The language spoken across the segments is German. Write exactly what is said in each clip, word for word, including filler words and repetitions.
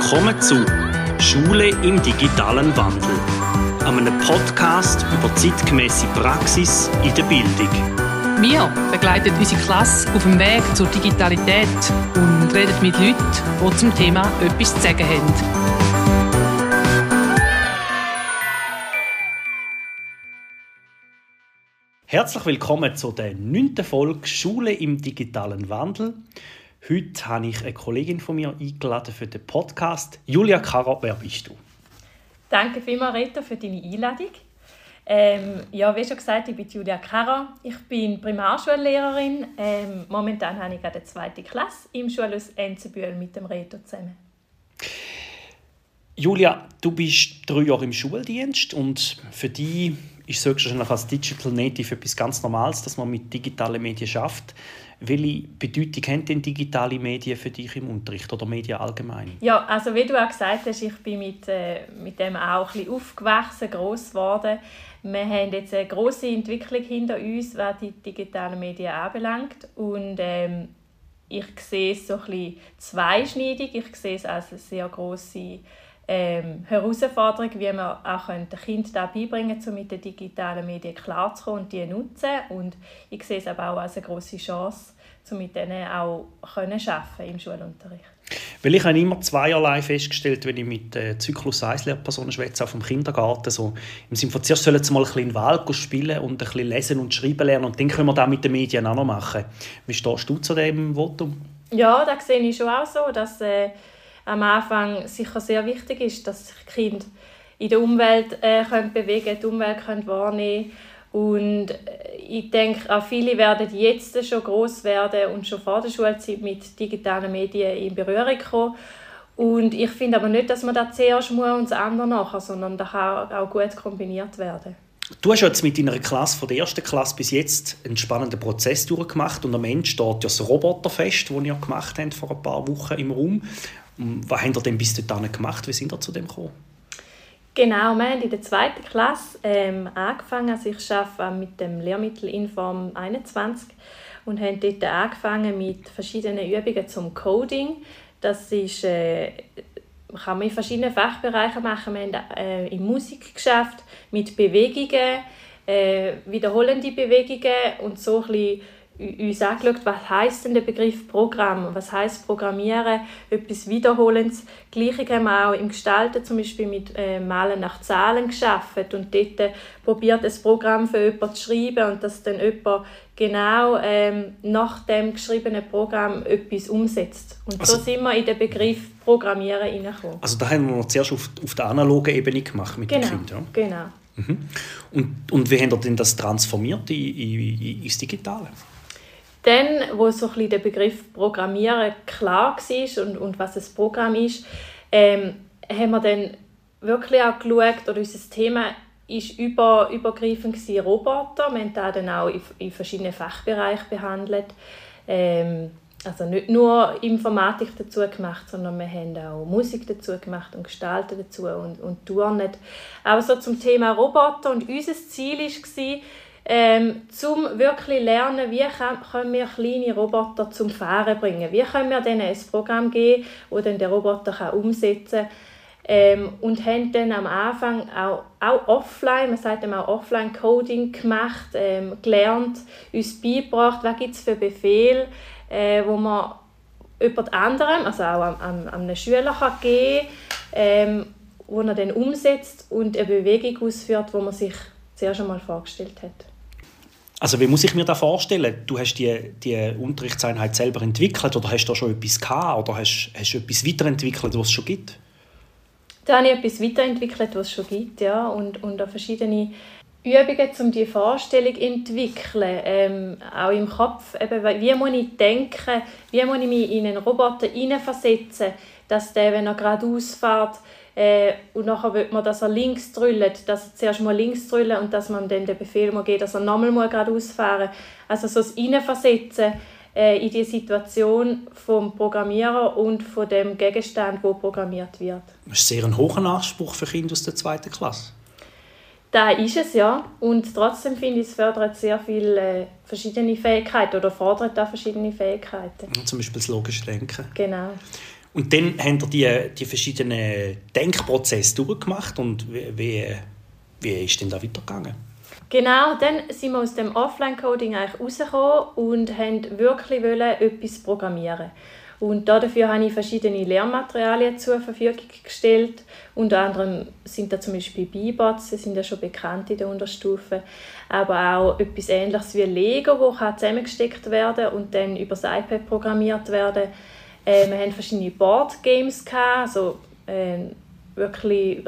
Willkommen zu «Schule im digitalen Wandel», einem Podcast über zeitgemässe Praxis in der Bildung. Wir begleiten unsere Klasse auf dem Weg zur Digitalität und reden mit Leuten, die zum Thema etwas zu sagen haben. Herzlich willkommen zu der neunten Folge «Schule im digitalen Wandel». Heute habe ich eine Kollegin von mir eingeladen für den Podcast. Julia Karrer, wer bist du? Danke vielmals, Reto, für deine Einladung. Ähm, ja, wie schon gesagt, ich bin Julia Karrer. Ich bin Primarschullehrerin. Ähm, momentan habe ich gerade die zweite Klasse im Schulhaus Enzensbühl mit dem Reto zusammen. Julia, du bist drei Jahre im Schuldienst und für dich ist es höchstwahrscheinlich als Digital Native etwas ganz Normales, dass man mit digitalen Medien schafft. Welche Bedeutung haben denn digitale Medien für dich im Unterricht oder Medien allgemein? Ja, also wie du auch gesagt hast, ich bin mit, äh, mit dem auch ein bisschen aufgewachsen, gross geworden. Wir haben jetzt eine grosse Entwicklung hinter uns, was die digitalen Medien anbelangt. Und ähm, ich sehe es so ein bisschen zweischneidig. Ich sehe es als eine sehr grosse ähm, Herausforderung, wie wir auch den Kindern da beibringen können, um mit den digitalen Medien klarzukommen und die zu nutzen. Und ich sehe es aber auch als eine grosse Chance, um mit denen auch arbeiten können im Schulunterricht. Weil ich habe immer zweierlei festgestellt, wenn ich mit äh, Zyklus eins Lehrpersonen schwätze, auch vom Kindergarten. So, im Sinne von, zuerst sollen sie mal ein bisschen in den Wald spielen und ein bisschen lesen und schreiben lernen und dann können wir das mit den Medien auch noch machen. Wie stehst du zu diesem Votum? Ja, das sehe ich schon auch so, dass äh, am Anfang sicher sehr wichtig ist, dass sich die Kinder in der Umwelt äh, können bewegen, die Umwelt können wahrnehmen. Und ich denke, auch viele werden jetzt schon gross werden und schon vor der Schulzeit mit digitalen Medien in Berührung kommen. Und ich finde aber nicht, dass man das zuerst muss und das andere nachher, sondern das kann auch gut kombiniert werden. Du hast jetzt mit deiner Klasse von der ersten Klasse bis jetzt einen spannenden Prozess durchgemacht und am Ende steht ja das Roboterfest, das ihr gemacht habt vor ein paar Wochen im Raum. Was habt ihr denn bis dahin gemacht? Wie sind ihr zu dem gekommen? Genau, wir haben in der zweiten Klasse ähm, angefangen. Also ich arbeite mit dem Lehrmittel Inform einundzwanzig und haben dort angefangen mit verschiedenen Übungen zum Coding. Das ist, äh, kann man in verschiedenen Fachbereichen machen. Wir haben äh, in Musik geschafft, mit Bewegungen, äh, wiederholende Bewegungen und so ein bisschen uns angeschaut, was heisst denn der Begriff Programm, was heisst Programmieren, etwas Wiederholendes. Gleiche haben wir auch im Gestalten, zum Beispiel mit äh, Malen nach Zahlen geschafft und dort äh, probiert, ein Programm für jemanden zu schreiben und dass dann jemand genau ähm, nach dem geschriebenen Programm etwas umsetzt. Und also, so sind wir in den Begriff Programmieren hineingekommen. Also da haben wir zuerst auf, auf der analogen Ebene gemacht mit genau, den Kindern. Ja? Genau. Mhm. Und, und wie habt ihr denn das transformiert in, in, ins Digitale? Dann, wo so ein bisschen der Begriff Programmieren klar war und, und was ein Programm ist, ähm, haben wir dann wirklich auch geschaut, oder unser Thema war über, übergreifend gewesen, Roboter. Wir haben das dann auch in, in verschiedenen Fachbereichen behandelt. Ähm, also nicht nur Informatik dazu gemacht, sondern wir haben auch Musik dazu gemacht und Gestalten dazu und, und Turnen. Aber so zum Thema Roboter. Und unser Ziel war, Ähm, zum wirklich lernen, wie kann, können wir kleine Roboter zum Fahren bringen. Wie können wir denen ein Programm geben, das dann der Roboter kann umsetzen kann. Ähm, und haben dann am Anfang auch, auch offline, man sagt auch Offline-Coding gemacht, ähm, gelernt, uns beigebracht, was gibt es für Befehle, äh, wo man jemand anderem, also auch an, an, an einen Schüler kann geben kann, ähm, wo er dann umsetzt und eine Bewegung ausführt, die man sich zuerst einmal vorgestellt hat. Also wie muss ich mir das vorstellen? Du hast die, die Unterrichtseinheit selber entwickelt oder hast du da schon etwas gehabt oder hast, hast du etwas weiterentwickelt, was es schon gibt? Da habe ich etwas weiterentwickelt, was es schon gibt, ja, und, und auch verschiedene Übungen, um diese Vorstellung zu entwickeln, ähm, auch im Kopf. Eben, wie muss ich denken, wie muss ich mich in einen Roboter hineinversetzen, dass der, wenn er geradeaus fährt, Äh, und nachher will man, dass er links drüllt, dass er zuerst mal links drüllt und dass man dann den Befehl muss geben, dass er nochmal geradeaus fahren muss. Also so das Hineinversetzen äh, in die Situation vom Programmierer und von dem Gegenstand, der programmiert wird. Das ist sehr ein hoher Anspruch für Kinder aus der zweiten Klasse. Da ist es, ja. Und trotzdem finde ich, es fördert sehr viele äh, verschiedene Fähigkeiten oder fordert auch verschiedene Fähigkeiten. Zum Beispiel das logische Denken. Genau. Und dann haben ihr die, die verschiedenen Denkprozesse durchgemacht und wie, wie, wie ist denn da weitergegangen? Genau, dann sind wir aus dem Offline-Coding eigentlich rausgekommen und wollten wirklich etwas programmieren. Und dafür habe ich verschiedene Lernmaterialien zur Verfügung gestellt. Unter anderem sind da zum Beispiel B-Bots, die sind ja schon bekannt in der Unterstufe. Aber auch etwas Ähnliches wie Lego, das zusammengesteckt werden und dann über das iPad programmiert werden. Äh, wir hatten verschiedene Boardgames, also äh, wirklich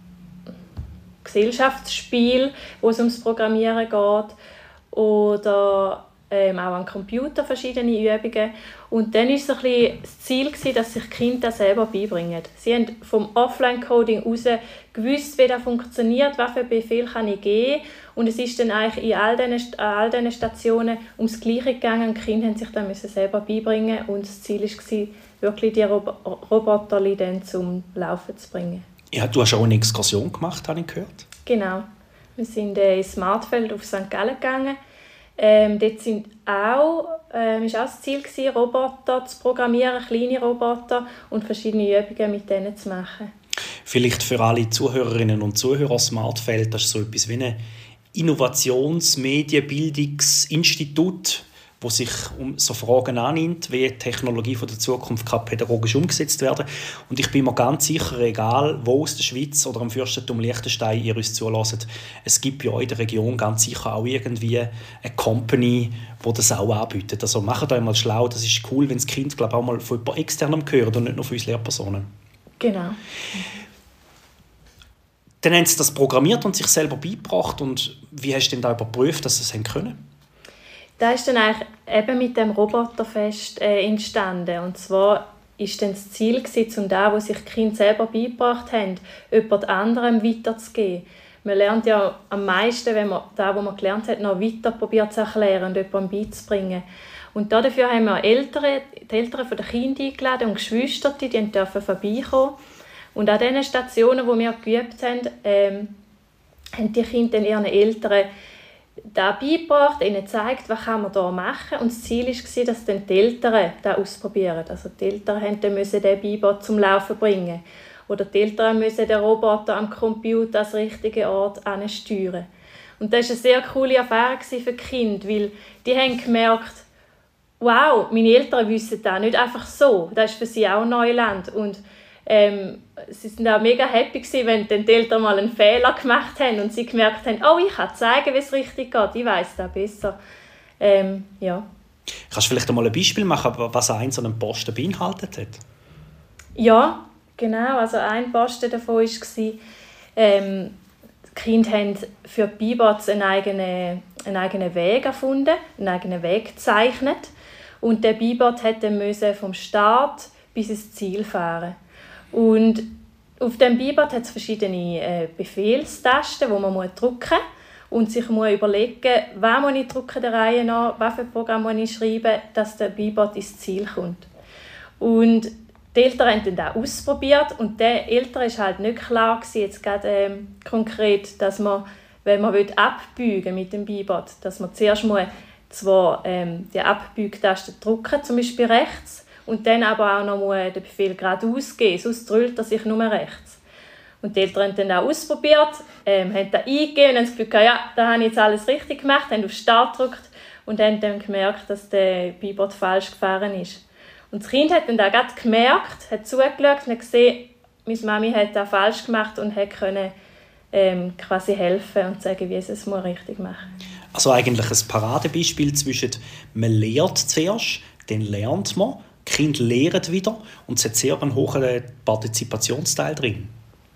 Gesellschaftsspiele, wo es ums Programmieren geht. Oder ähm, auch am Computer verschiedene Übungen. Und dann war so ein bisschen das Ziel, dass sich die Kinder das selber beibringen. Sie haben vom Offline-Coding heraus gewusst, wie das funktioniert, welche Befehl kann ich geben. Und es ist dann eigentlich in all diesen, an all diesen Stationen ums Gleiche gegangen. Die Kinder mussten sich dann selber beibringen. Und das Ziel war, wirklich die Rob- Roboter dann zum Laufen zu bringen. Ja, du hast auch eine Exkursion gemacht, habe ich gehört. Genau. Wir sind äh, ins Smartfeld auf Sankt Gallen gegangen. Ähm, dort sind auch, ähm, ist auch das Ziel gewesen, Roboter zu programmieren, kleine Roboter und verschiedene Übungen mit denen zu machen. Vielleicht für alle Zuhörerinnen und Zuhörer, Smartfeld, das ist so etwas wie ein Innovations-Medienbildungsinstitut, wo sich um so Fragen annimmt, wie die Technologie von der Zukunft kann pädagogisch umgesetzt werden. Und ich bin mir ganz sicher, egal wo aus der Schweiz oder am Fürstentum Liechtenstein ihr uns zulässt, es gibt bei euch in der Region ganz sicher auch irgendwie eine Company, die das auch anbietet. Also macht euch mal schlau, das ist cool, wenn das Kind glaub, auch mal von jemand externem hört und nicht nur von uns Lehrpersonen. Genau. Dann haben sie das programmiert und sich selber beigebracht. Und wie hast du denn da überprüft, dass sie es können? Das ist dann eigentlich eben mit dem Roboterfest äh, entstanden. Und zwar war dann das Ziel, um das, was sich die Kinder selber beigebracht haben, jemand anderem weiterzugeben. Man lernt ja am meisten, wenn man das, was man gelernt hat, noch weiter probiert zu erklären und jemandem beizubringen. Und dafür haben wir Eltern, die Eltern der Kinder eingeladen und Geschwister, die durften vorbeikommen. Und an diesen Stationen, wo wir geübt haben, ähm, haben die Kinder dann ihren Eltern da beigebracht, ihnen gezeigt, was kann man da machen. Und das Ziel war, dass dann die Eltern das ausprobieren. Also die Eltern mussten den Beibot zum Laufen bringen. Oder die Eltern müssen den Roboter am Computer an den richtigen Ort steuern. Und das war eine sehr coole Erfahrung für die Kinder, weil die haben gemerkt, wow, meine Eltern wissen das nicht einfach so. Das ist für sie auch Neuland. Und ähm, sie waren auch mega happy, wenn dann die Eltern mal einen Fehler gemacht haben und sie gemerkt haben, oh, ich kann zeigen, wie es richtig geht, ich weiss das besser. Ähm, ja. Kannst du vielleicht einmal ein Beispiel machen, was ein so einen Posten beinhaltet hat? Ja, genau. Also ein Posten davon war, ähm, die Kinder haben für die B-Bots einen eigenen, einen eigenen Weg erfunden, einen eigenen Weg gezeichnet. Und der B-Bot musste vom Start bis ins Ziel fahren. Und auf dem B-Bot hat es verschiedene äh, Befehlstasten, die man muss drücken muss und sich muss überlegen, was muss ich drücken der Reihe nach, was für Programm muss ich schreiben, dass der B-Bot ins Ziel kommt. Und die Eltern haben dann das ausprobiert und den Eltern war halt nicht klar gewesen, jetzt gerade, ähm, konkret, dass man, wenn man abbeugen mit dem B-Bot, dass man zuerst muss zwar ähm, die Abbeugtaste drücken, zum Beispiel rechts, und dann aber auch noch den Befehl geradeaus geben, sonst drüllt er sich nur rechts. Und die Eltern haben dann auch ausprobiert, ähm, haben das eingegeben und haben das Gefühl gehabt, ja, da habe ich jetzt alles richtig gemacht, haben auf Start gedrückt und haben dann gemerkt, dass der B-Bot falsch gefahren ist. Und das Kind hat dann das gerade gemerkt, hat zugeschaut und hat gesehen, meine Mami hat das falsch gemacht und konnte ähm, quasi helfen und sagen, wie es es richtig machen muss. Also eigentlich ein Paradebeispiel zwischen, man lernt zuerst, dann lernt man, die Kinder lernen wieder und es hat sehr einen hohen Partizipationsteil drin.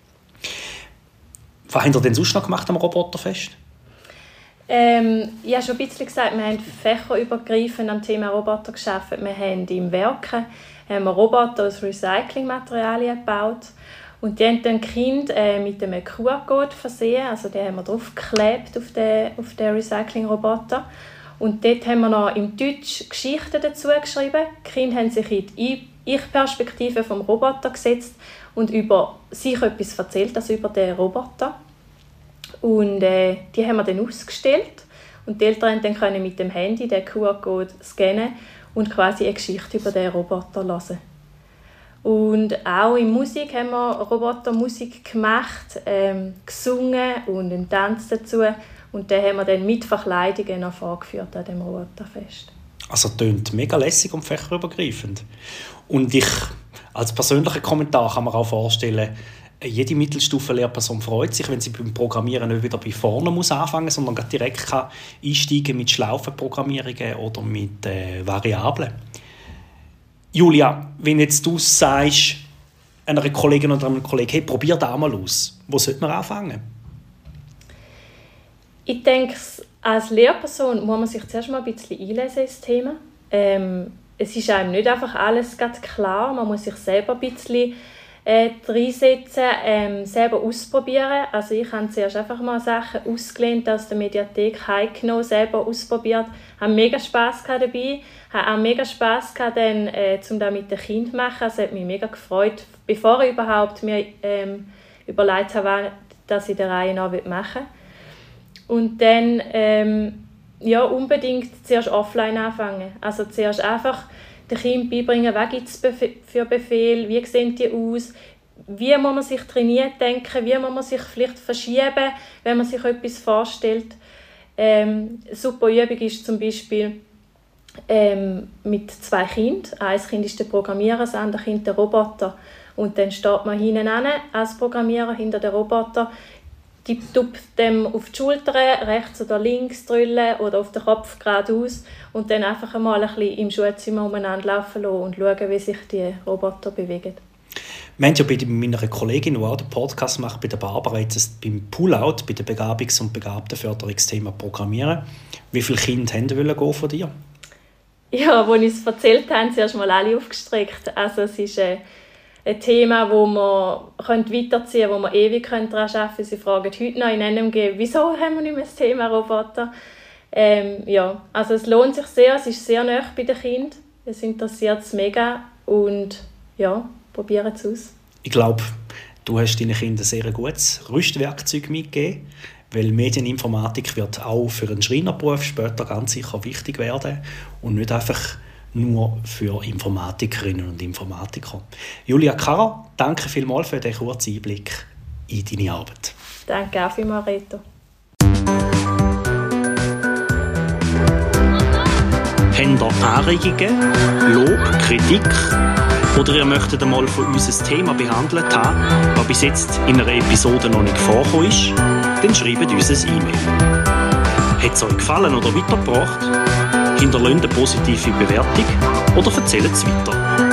Was habt ihr denn sonst noch gemacht am Roboterfest? Ähm, ich habe schon ein bisschen gesagt, wir haben fächerübergreifend am Thema Roboter gearbeitet. Wir haben im Werken haben wir Roboter aus Recyclingmaterialien gebaut. Und die haben dann die Kinder äh, mit einem Q R-Code versehen. Also die haben wir draufgeklebt auf den, auf den Recycling-Roboter. Und dort haben wir noch im Deutsch Geschichten dazu geschrieben. Die Kinder haben sich in die Ich-Perspektive vom Roboter gesetzt und über sich etwas erzählt, also über den Roboter. Und äh, die haben wir dann ausgestellt. Und die Eltern konnten dann mit dem Handy den Q R-Code scannen und quasi eine Geschichte über den Roboter hören. Und auch in Musik haben wir Robotermusik gemacht, ähm, gesungen und einen Tanz dazu. Und den haben wir dann mit Verkleidungen noch vorgeführt an dem Roboterfest. Also tönt mega lässig und fächerübergreifend. Und ich, als persönlicher Kommentar kann man auch vorstellen, jede Mittelstufen-Lehrperson freut sich, wenn sie beim Programmieren nicht wieder bei vorne muss anfangen muss, sondern direkt kann einsteigen mit Schlaufenprogrammierungen oder mit äh, Variablen. Julia, wenn jetzt du sagst einer Kollegin oder einem Kollegen, hey, probier das mal aus, wo sollte man anfangen? Ich denke, als Lehrperson muss man sich zuerst mal ein bisschen einlesen ins Thema. Ähm, es ist einem nicht einfach alles ganz klar, man muss sich selber ein bisschen äh, reinsetzen, ähm, selber ausprobieren. Also ich habe zuerst einfach mal Sachen ausgelehnt aus der Mediathek heimgenommen, selber ausprobiert, habe mega Spass dabei, habe auch mega Spass gehabt, dann, äh, um das mit den Kindern zu machen. Also es hat mich mega gefreut, bevor ich überhaupt mir ähm, überlegt habe, dass ich der Reihe nach machen will. Und dann ähm, ja, unbedingt zuerst offline anfangen. Also zuerst einfach den Kindern beibringen, was gibt es für Befehle, wie sehen die aus, wie muss man sich trainiert denken, wie muss man sich vielleicht verschieben, wenn man sich etwas vorstellt. Ähm, eine super Übung ist zum Beispiel ähm, mit zwei Kindern. Ein Kind ist der Programmierer, das andere Kind der Roboter. Und dann steht man hinten an als Programmierer hinter dem Roboter, die tut dem auf die Schulter rechts oder links drüllen oder auf den Kopf geradeaus und dann einfach einmal ein bisschen im Schulzimmer umeinander laufen lassen und schauen, wie sich die Roboter bewegen. Wir haben ja bei meiner Kollegin, die auch den Podcast macht, bei der Barbara, jetzt beim Pullout, bei dem Begabungs- und Begabtenförderungsthema Programmieren. Wie viele Kinder wollten gehen von dir? Ja, als ich es erzählt habe, haben sie erst mal alle aufgestreckt. Also es ist äh, ein Thema, das man weiterziehen könnte, wo man ewig daran arbeiten könnte. Sie fragen heute noch in N M G, wieso haben wir nicht mehr das Thema Roboter? Ähm, ja, also es lohnt sich sehr, es ist sehr nahe bei den Kindern. Es interessiert es mega und ja, probieren es aus. Ich glaube, du hast deinen Kindern ein sehr gutes Rüstwerkzeug mitgegeben, weil Medieninformatik wird auch für einen Schreinerberuf später ganz sicher wichtig werden und nicht einfach nur für Informatikerinnen und Informatiker. Julia Karrer, danke vielmals für den kurzen Einblick in deine Arbeit. Danke auch vielmals, Reto. Habt ihr Anregungen, Lob, Kritik oder ihr möchtet einmal von uns ein Thema behandelt haben, das bis jetzt in einer Episode noch nicht vorgekommen ist, dann schreibt uns ein E-Mail. Hat es euch gefallen oder weitergebracht? Hinterlasst eine positive Bewertung oder erzählt es weiter.